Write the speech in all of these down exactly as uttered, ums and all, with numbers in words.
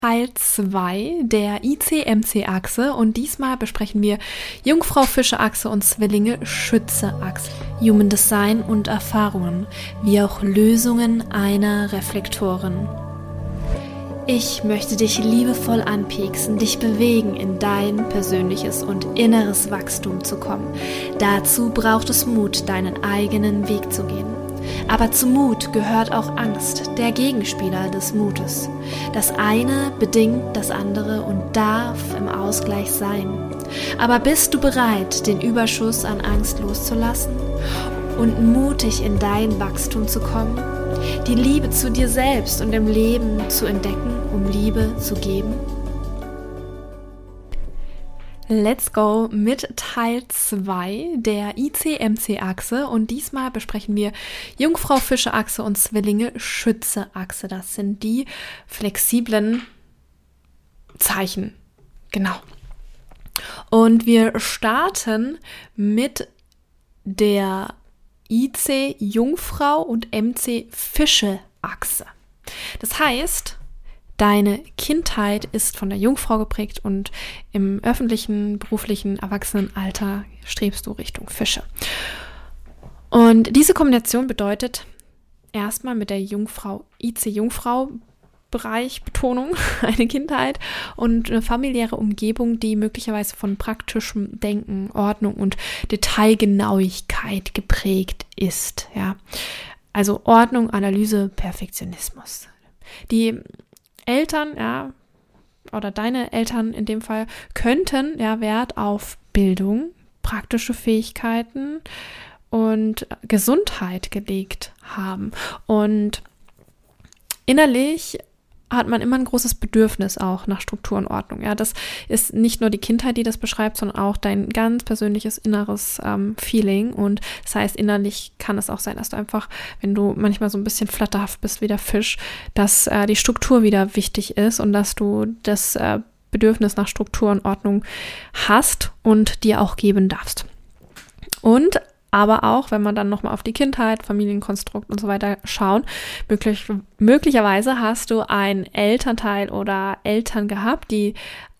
Teil zwei der I C M C-Achse und diesmal besprechen wir Jungfrau-Fische-Achse und Zwillinge-Schütze-Achse, Human Design und Erfahrungen, wie auch Lösungen einer Reflektorin. Ich möchte dich liebevoll anpieksen, dich bewegen, in dein persönliches und inneres Wachstum zu kommen. Dazu braucht es Mut, deinen eigenen Weg zu gehen. Aber zu Mut gehört auch Angst, der Gegenspieler des Mutes. Das eine bedingt das andere und darf im Ausgleich sein. Aber bist du bereit, den Überschuss an Angst loszulassen und mutig in dein Wachstum zu kommen? Die Liebe zu dir selbst und im Leben zu entdecken, um Liebe zu geben? Let's go mit Teil zwei der I C M C-Achse und diesmal besprechen wir Jungfrau-Fische-Achse und Zwillinge-Schütze-Achse. Das sind die flexiblen Zeichen. Genau. Und wir starten mit der I C Jungfrau und M C Fische-Achse. Das heißt, deine Kindheit ist von der Jungfrau geprägt und im öffentlichen, beruflichen, Erwachsenenalter strebst du Richtung Fische. Und diese Kombination bedeutet erstmal mit der Jungfrau, I C Jungfrau, Bereich, Betonung, eine Kindheit und eine familiäre Umgebung, die möglicherweise von praktischem Denken, Ordnung und Detailgenauigkeit geprägt ist. Ja. Also Ordnung, Analyse, Perfektionismus. Die Eltern, ja, oder deine Eltern in dem Fall, könnten ja Wert auf Bildung, praktische Fähigkeiten und Gesundheit gelegt haben. Und innerlich hat man immer ein großes Bedürfnis auch nach Struktur und Ordnung. Ja, das ist nicht nur die Kindheit, die das beschreibt, sondern auch dein ganz persönliches inneres ähm, Feeling. Und das heißt, innerlich kann es auch sein, dass du einfach, wenn du manchmal so ein bisschen flatterhaft bist wie der Fisch, dass äh, die Struktur wieder wichtig ist und dass du das äh, Bedürfnis nach Struktur und Ordnung hast und dir auch geben darfst. Und aber auch, wenn man dann nochmal auf die Kindheit, Familienkonstrukt und so weiter schauen, möglich, möglicherweise hast du einen Elternteil oder Eltern gehabt, die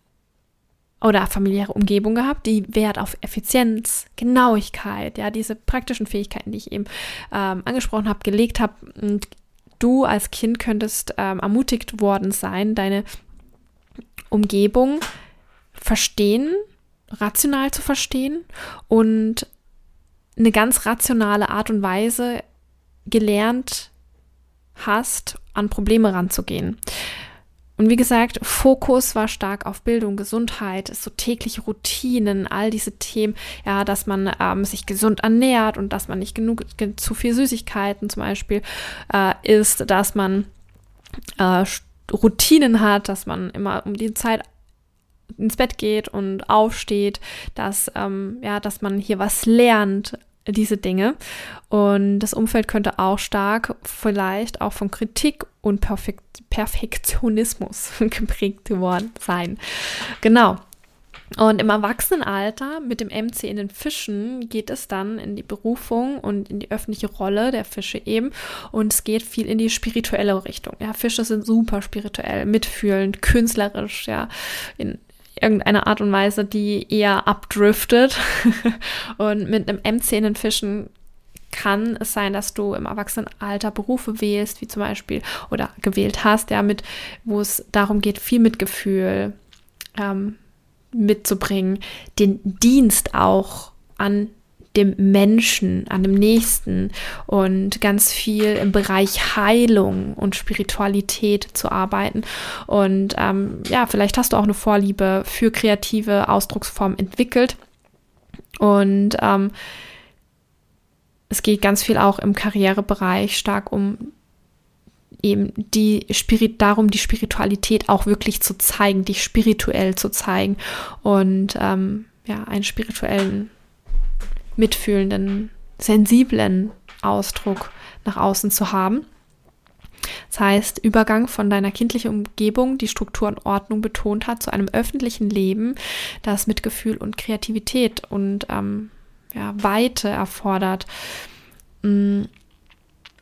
oder familiäre Umgebung gehabt, die Wert auf Effizienz, Genauigkeit, ja, diese praktischen Fähigkeiten, die ich eben ähm, angesprochen habe, gelegt habe. Und du als Kind könntest ähm, ermutigt worden sein, deine Umgebung verstehen, rational zu verstehen und eine ganz rationale Art und Weise gelernt hast, an Probleme ranzugehen. Und wie gesagt, Fokus war stark auf Bildung, Gesundheit, so tägliche Routinen, all diese Themen, ja, dass man ähm, sich gesund ernährt und dass man nicht genug, zu viel Süßigkeiten zum Beispiel äh, isst, dass man äh, Routinen hat, dass man immer um die Zeit ins Bett geht und aufsteht, dass, ähm, ja, dass man hier was lernt, diese Dinge. Und das Umfeld könnte auch stark vielleicht auch von Kritik und Perfekt- Perfektionismus geprägt geworden sein. Genau. Und im Erwachsenenalter mit dem M C in den Fischen geht es dann in die Berufung und in die öffentliche Rolle der Fische eben. Und es geht viel in die spirituelle Richtung. Ja, Fische sind super spirituell, mitfühlend, künstlerisch, ja, in irgendeine Art und Weise, die eher abdriftet. Und mit einem M C in den Fischen kann es sein, dass du im Erwachsenenalter Berufe wählst, wie zum Beispiel, oder gewählt hast, ja, mit, wo es darum geht, viel Mitgefühl ähm, mitzubringen, den Dienst auch an dem Menschen, an dem Nächsten und ganz viel im Bereich Heilung und Spiritualität zu arbeiten. Und ähm, ja, vielleicht hast du auch eine Vorliebe für kreative Ausdrucksformen entwickelt. Und ähm, es geht ganz viel auch im Karrierebereich stark um eben die Spirit, darum, die Spiritualität auch wirklich zu zeigen, dich spirituell zu zeigen und ähm, ja, einen spirituellen, mitfühlenden, sensiblen Ausdruck nach außen zu haben. Das heißt, Übergang von deiner kindlichen Umgebung, die Struktur und Ordnung betont hat, zu einem öffentlichen Leben, das Mitgefühl und Kreativität und ähm, ja, Weite erfordert.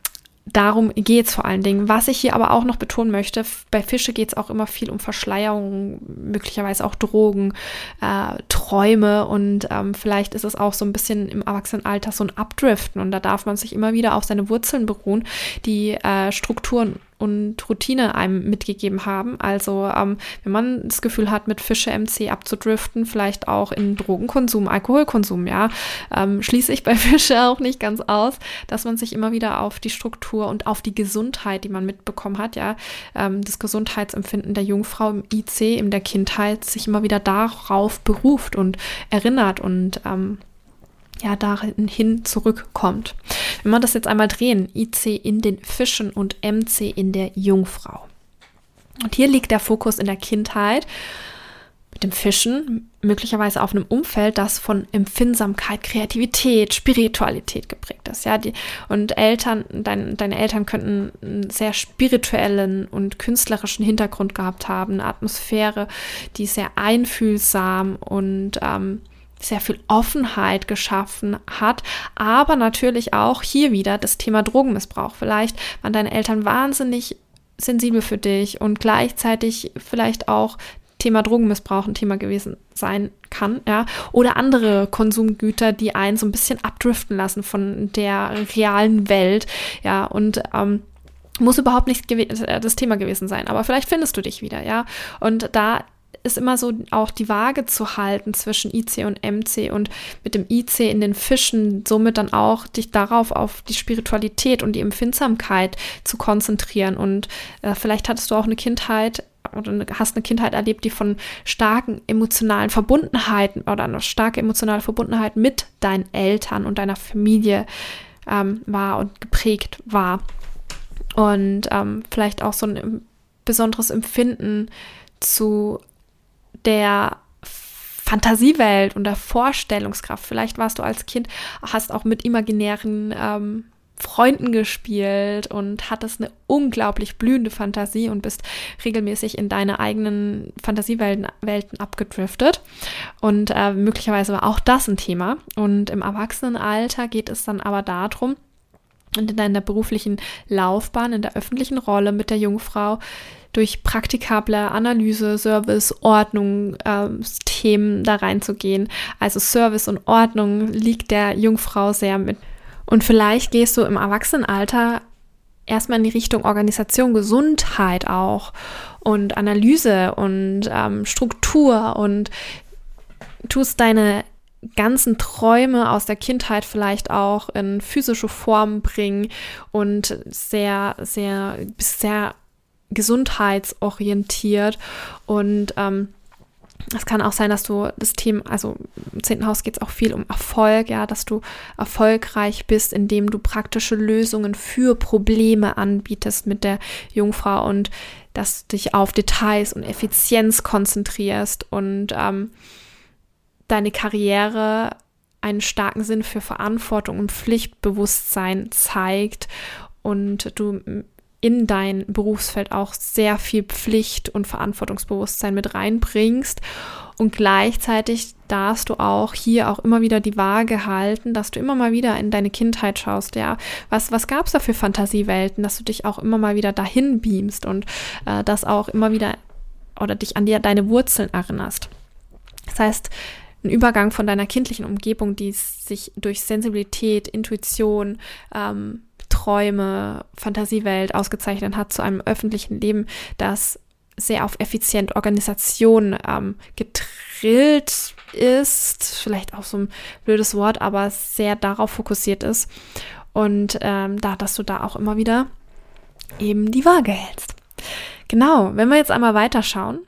darum geht es vor allen Dingen. Was ich hier aber auch noch betonen möchte, bei Fische geht es auch immer viel um Verschleierung, möglicherweise auch Drogen, äh, Träume und ähm, vielleicht ist es auch so ein bisschen im Erwachsenenalter so ein Abdriften und da darf man sich immer wieder auf seine Wurzeln beruhen, die äh, Strukturen und Routine einem mitgegeben haben. Also ähm, wenn man das Gefühl hat, mit Fische M C abzudriften, vielleicht auch in Drogenkonsum, Alkoholkonsum, ja, ähm, schließe ich bei Fische auch nicht ganz aus, dass man sich immer wieder auf die Struktur und auf die Gesundheit, die man mitbekommen hat, ja, ähm, das Gesundheitsempfinden der Jungfrau im I C in der Kindheit, sich immer wieder darauf beruft und erinnert und ähm, ja, dahin zurückkommt. Wenn wir das jetzt einmal drehen, I C in den Fischen und M C in der Jungfrau. Und hier liegt der Fokus in der Kindheit mit dem Fischen möglicherweise auf einem Umfeld, das von Empfindsamkeit, Kreativität, Spiritualität geprägt ist. Ja, die, und Eltern, dein, deine Eltern könnten einen sehr spirituellen und künstlerischen Hintergrund gehabt haben, eine Atmosphäre, die sehr einfühlsam und ähm, sehr viel Offenheit geschaffen hat, aber natürlich auch hier wieder das Thema Drogenmissbrauch. Vielleicht waren deine Eltern wahnsinnig sensibel für dich und gleichzeitig vielleicht auch Thema Drogenmissbrauch ein Thema gewesen sein kann, ja, oder andere Konsumgüter, die einen so ein bisschen abdriften lassen von der realen Welt, ja, und ähm, muss überhaupt nicht gew- das Thema gewesen sein, aber vielleicht findest du dich wieder, ja, und da ist immer so auch die Waage zu halten zwischen I C und M C und mit dem I C in den Fischen somit dann auch dich darauf auf die Spiritualität und die Empfindsamkeit zu konzentrieren und äh, vielleicht hattest du auch eine Kindheit oder hast eine Kindheit erlebt, die von starken emotionalen Verbundenheiten oder eine starke emotionale Verbundenheit mit deinen Eltern und deiner Familie ähm, war und geprägt war und ähm, vielleicht auch so ein besonderes Empfinden zu der Fantasiewelt und der Vorstellungskraft. Vielleicht warst du als Kind, hast auch mit imaginären ähm, Freunden gespielt und hattest eine unglaublich blühende Fantasie und bist regelmäßig in deine eigenen Fantasiewelten Welten abgedriftet. Und äh, möglicherweise war auch das ein Thema. Und im Erwachsenenalter geht es dann aber darum, und in deiner beruflichen Laufbahn, in der öffentlichen Rolle mit der Jungfrau, durch praktikable Analyse, Service, Ordnung, äh, Themen da reinzugehen. Also Service und Ordnung liegt der Jungfrau sehr mit. Und vielleicht gehst du im Erwachsenenalter erstmal in die Richtung Organisation, Gesundheit auch und Analyse und ähm, Struktur und tust deine ganzen Träume aus der Kindheit vielleicht auch in physische Form bringen und sehr, sehr, bist sehr gesundheitsorientiert und ähm, es kann auch sein, dass du das Thema, also im zehnten Haus geht es auch viel um Erfolg, ja, dass du erfolgreich bist, indem du praktische Lösungen für Probleme anbietest mit der Jungfrau und dass du dich auf Details und Effizienz konzentrierst und ähm, deine Karriere einen starken Sinn für Verantwortung und Pflichtbewusstsein zeigt und du in dein Berufsfeld auch sehr viel Pflicht- und Verantwortungsbewusstsein mit reinbringst und gleichzeitig darfst du auch hier auch immer wieder die Waage halten, dass du immer mal wieder in deine Kindheit schaust, ja, was, was gab es da für Fantasiewelten, dass du dich auch immer mal wieder dahin beamst und äh, das auch immer wieder oder dich an dir deine Wurzeln erinnerst. Das heißt, ein Übergang von deiner kindlichen Umgebung, die sich durch Sensibilität, Intuition, ähm, Träume, Fantasiewelt ausgezeichnet hat, zu einem öffentlichen Leben, das sehr auf effizient Organisation ähm, getrillt ist, vielleicht auch so ein blödes Wort, aber sehr darauf fokussiert ist und ähm, da, dass du da auch immer wieder eben die Waage hältst. Genau, wenn wir jetzt einmal weiterschauen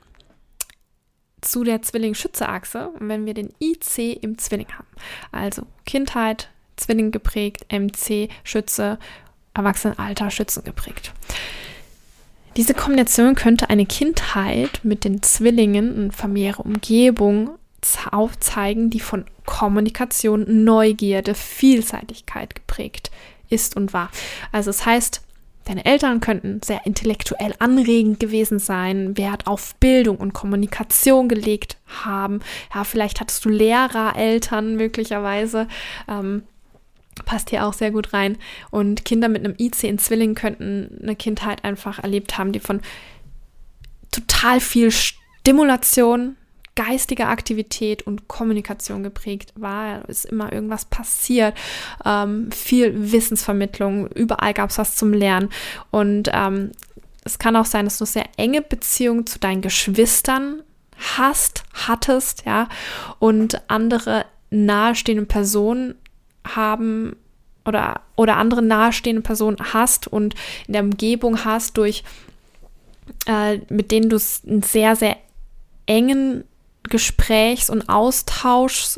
zu der Zwilling-Schütze-Achse und wenn wir den I C im Zwilling haben, also Kindheit, Zwilling geprägt, M C, Schütze, Erwachsenenalter, Schützen geprägt. Diese Kombination könnte eine Kindheit mit den Zwillingen und familiäre Umgebung aufzeigen, die von Kommunikation, Neugierde, Vielseitigkeit geprägt ist und war. Also es heißt, deine Eltern könnten sehr intellektuell anregend gewesen sein, Wert auf Bildung und Kommunikation gelegt haben. Ja, vielleicht hattest du Lehrer, Eltern möglicherweise, ähm, passt hier auch sehr gut rein. Und Kinder mit einem I C in Zwilling könnten eine Kindheit einfach erlebt haben, die von total viel Stimulation, geistiger Aktivität und Kommunikation geprägt war. Es ist immer irgendwas passiert, ähm, viel Wissensvermittlung, überall gab es was zum Lernen. Und ähm, es kann auch sein, dass du eine sehr enge Beziehung zu deinen Geschwistern hast, hattest, ja, und andere nahestehende Personen haben oder, oder andere nahestehende Personen hast und in der Umgebung hast, durch äh, mit denen du einen sehr, sehr engen Gesprächs- und Austauschfeld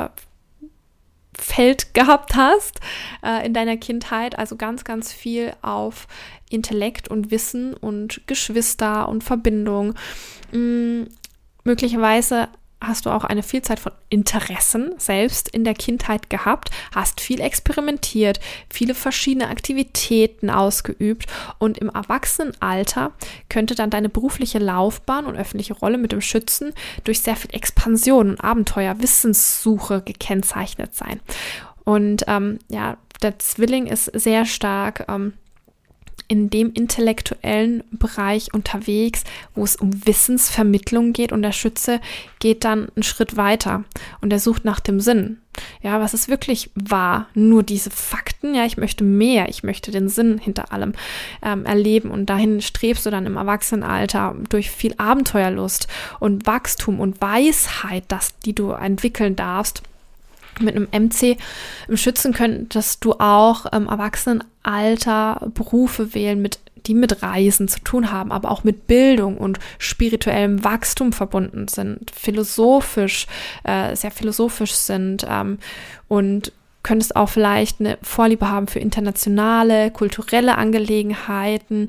äh, gehabt hast äh, in deiner Kindheit, also ganz, ganz viel auf Intellekt und Wissen und Geschwister und Verbindung. Mm, möglicherweise hast du auch eine Vielzahl von Interessen selbst in der Kindheit gehabt, hast viel experimentiert, viele verschiedene Aktivitäten ausgeübt und im Erwachsenenalter könnte dann deine berufliche Laufbahn und öffentliche Rolle mit dem Schützen durch sehr viel Expansion und Abenteuer, Wissenssuche gekennzeichnet sein. Und ähm, ja, der Zwilling ist sehr stark ähm, in dem intellektuellen Bereich unterwegs, wo es um Wissensvermittlung geht, und der Schütze geht dann einen Schritt weiter und er sucht nach dem Sinn. Ja, was ist wirklich wahr? Nur diese Fakten? Ja, ich möchte mehr, ich möchte den Sinn hinter allem ähm, erleben, und dahin strebst du dann im Erwachsenenalter durch viel Abenteuerlust und Wachstum und Weisheit, das, die du entwickeln darfst. Mit einem M C im Schützen könntest du auch im Erwachsenenalter Berufe wählen, mit, die mit Reisen zu tun haben, aber auch mit Bildung und spirituellem Wachstum verbunden sind, philosophisch, äh, sehr philosophisch sind ähm, und könntest auch vielleicht eine Vorliebe haben für internationale, kulturelle Angelegenheiten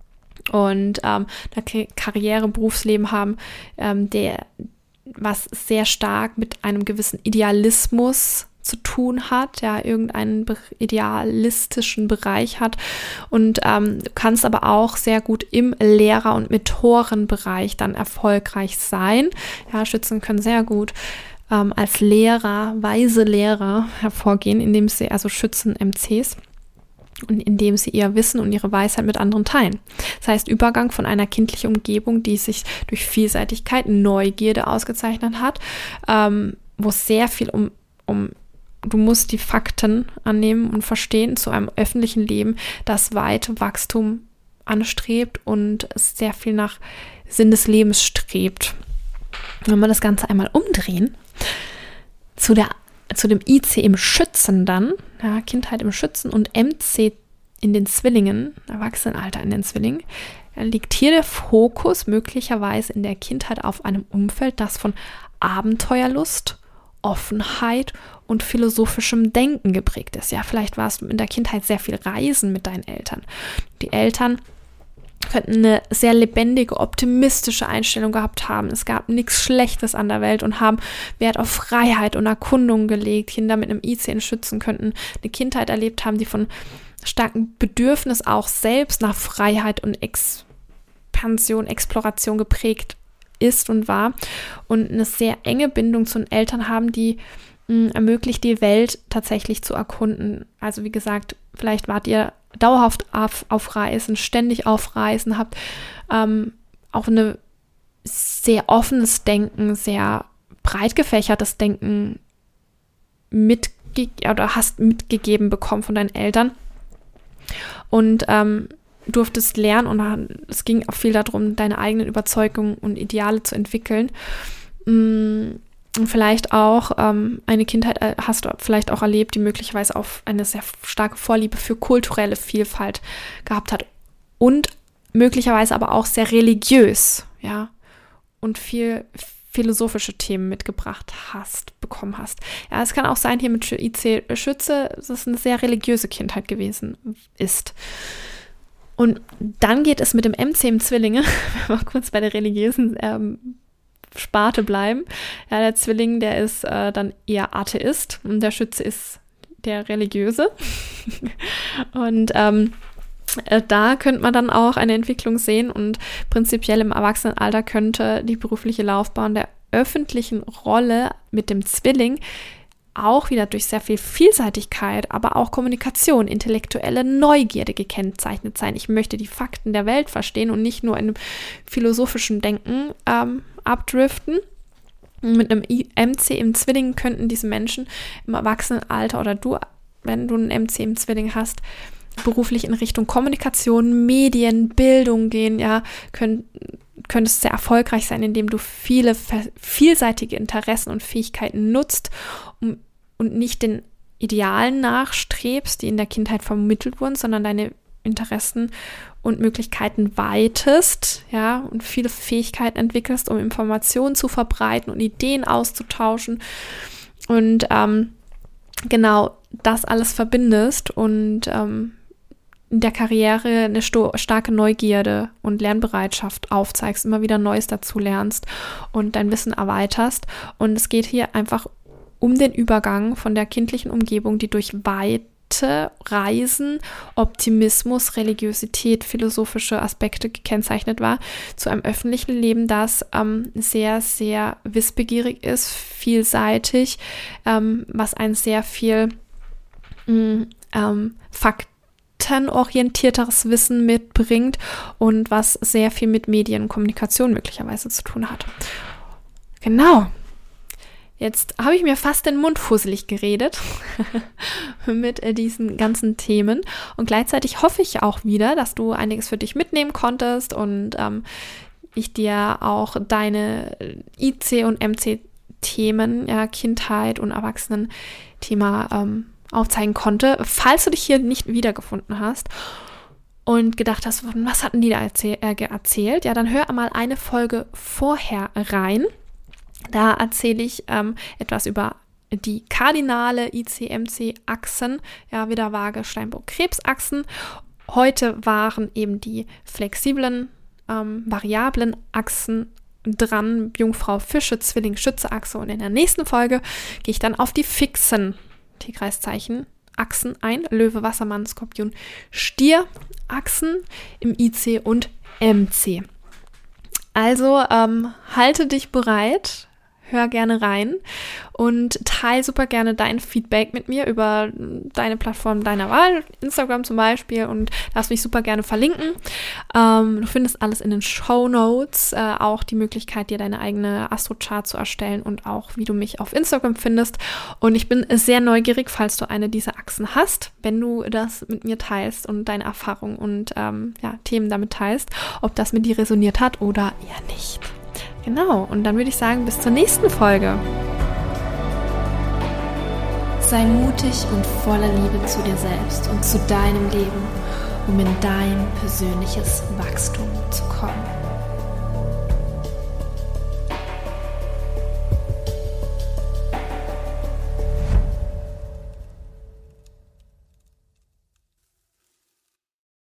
und ähm, eine Karriere, Berufsleben haben, ähm, der was sehr stark mit einem gewissen Idealismus zu tun hat, ja, irgendeinen idealistischen Bereich hat, und ähm, du kannst aber auch sehr gut im Lehrer- und Mentorenbereich dann erfolgreich sein. Ja, Schützen können sehr gut ähm, als Lehrer, weise Lehrer hervorgehen, indem sie, also Schützen M Cs, und indem sie ihr Wissen und ihre Weisheit mit anderen teilen. Das heißt, Übergang von einer kindlichen Umgebung, die sich durch Vielseitigkeit, Neugierde ausgezeichnet hat, ähm, wo sehr viel um, um, du musst die Fakten annehmen und verstehen, zu einem öffentlichen Leben, das weit Wachstum anstrebt und sehr viel nach Sinn des Lebens strebt. Wenn wir das Ganze einmal umdrehen, zu der zu dem I C im Schützen dann, ja, Kindheit im Schützen und M C in den Zwillingen, Erwachsenenalter in den Zwillingen, liegt hier der Fokus möglicherweise in der Kindheit auf einem Umfeld, das von Abenteuerlust, Offenheit und philosophischem Denken geprägt ist. Ja, vielleicht warst du in der Kindheit sehr viel reisen mit deinen Eltern. Die Eltern könnten eine sehr lebendige, optimistische Einstellung gehabt haben. Es gab nichts Schlechtes an der Welt und haben Wert auf Freiheit und Erkundung gelegt. Kinder mit einem I C in Schützen könnten eine Kindheit erlebt haben, die von starkem Bedürfnis auch selbst nach Freiheit und Expansion, Exploration geprägt ist und war, und eine sehr enge Bindung zu den Eltern haben, die mh, ermöglicht, die Welt tatsächlich zu erkunden. Also wie gesagt, vielleicht wart ihr dauerhaft auf, auf Reisen, ständig auf Reisen, habt ähm, auch ein sehr offenes Denken, sehr breit gefächertes Denken mitge- oder hast mitgegeben bekommen von deinen Eltern, und ähm, durftest lernen, und es ging auch viel darum, deine eigenen Überzeugungen und Ideale zu entwickeln. Und vielleicht auch ähm, eine Kindheit hast du vielleicht auch erlebt, die möglicherweise auch eine sehr starke Vorliebe für kulturelle Vielfalt gehabt hat und möglicherweise aber auch sehr religiös, ja, und viel philosophische Themen mitgebracht hast, bekommen hast. Ja, es kann auch sein, hier mit I C Schütze, dass es eine sehr religiöse Kindheit gewesen ist. Und dann geht es mit dem M C im Zwillinge, wenn wir kurz bei der religiösen ähm, Sparte bleiben. Ja, der Zwilling, der ist äh, dann eher Atheist und der Schütze ist der Religiöse. Und ähm, äh, da könnte man dann auch eine Entwicklung sehen, und prinzipiell im Erwachsenenalter könnte die berufliche Laufbahn der öffentlichen Rolle mit dem Zwilling auch wieder durch sehr viel Vielseitigkeit, aber auch Kommunikation, intellektuelle Neugierde gekennzeichnet sein. Ich möchte die Fakten der Welt verstehen und nicht nur in einem philosophischen Denken ähm, abdriften. Mit einem M C im Zwilling könnten diese Menschen im Erwachsenenalter oder du, wenn du einen M C im Zwilling hast, beruflich in Richtung Kommunikation, Medien, Bildung gehen, ja, können, könntest sehr erfolgreich sein, indem du viele vielseitige Interessen und Fähigkeiten nutzt um, und nicht den Idealen nachstrebst, die in der Kindheit vermittelt wurden, sondern deine Interessen und Möglichkeiten weitest, ja, und viele Fähigkeiten entwickelst, um Informationen zu verbreiten und Ideen auszutauschen und ähm, genau das alles verbindest und ähm, in der Karriere eine sto- starke Neugierde und Lernbereitschaft aufzeigst, immer wieder Neues dazu lernst und dein Wissen erweiterst. Und es geht hier einfach um den Übergang von der kindlichen Umgebung, die durch weite Reisen, Optimismus, Religiosität, philosophische Aspekte gekennzeichnet war, zu einem öffentlichen Leben, das ähm, sehr, sehr wissbegierig ist, vielseitig, ähm, was ein sehr viel mh, ähm, Fakt orientierteres Wissen mitbringt und was sehr viel mit Medien und Kommunikation möglicherweise zu tun hat. Genau. Jetzt habe ich mir fast den Mund fusselig geredet mit äh, diesen ganzen Themen und gleichzeitig hoffe ich auch wieder, dass du einiges für dich mitnehmen konntest und ähm, ich dir auch deine I C- und M C-Themen, ja, Kindheit und Erwachsenen-Thema ähm, aufzeigen konnte. Falls du dich hier nicht wiedergefunden hast und gedacht hast, was hatten die da erzähl- äh, erzählt, ja, dann hör mal eine Folge vorher rein. Da erzähle ich ähm, etwas über die kardinale I C M C-Achsen, ja, wieder Waage, Steinbock, Krebsachsen. Heute waren eben die flexiblen, ähm, variablen Achsen dran, Jungfrau, Fische, Zwilling, Schütze, Achse, und in der nächsten Folge gehe ich dann auf die fixen Tierkreiszeichen Achsen ein, Löwe, Wassermann, Skorpion, Stier, Achsen im I C und M C. Also ähm, halte dich bereit, hör gerne rein und teile super gerne dein Feedback mit mir über deine Plattform deiner Wahl, Instagram zum Beispiel, und darfst mich super gerne verlinken. Ähm, du findest alles in den Shownotes, äh, auch die Möglichkeit, dir deine eigene Astrochart zu erstellen und auch, wie du mich auf Instagram findest. Und ich bin sehr neugierig, falls du eine dieser Achsen hast, wenn du das mit mir teilst und deine Erfahrungen und ähm, ja, Themen damit teilst, ob das mit dir resoniert hat oder eher nicht. Genau, und dann würde ich sagen, bis zur nächsten Folge. Sei mutig und voller Liebe zu dir selbst und zu deinem Leben, um in dein persönliches Wachstum zu kommen.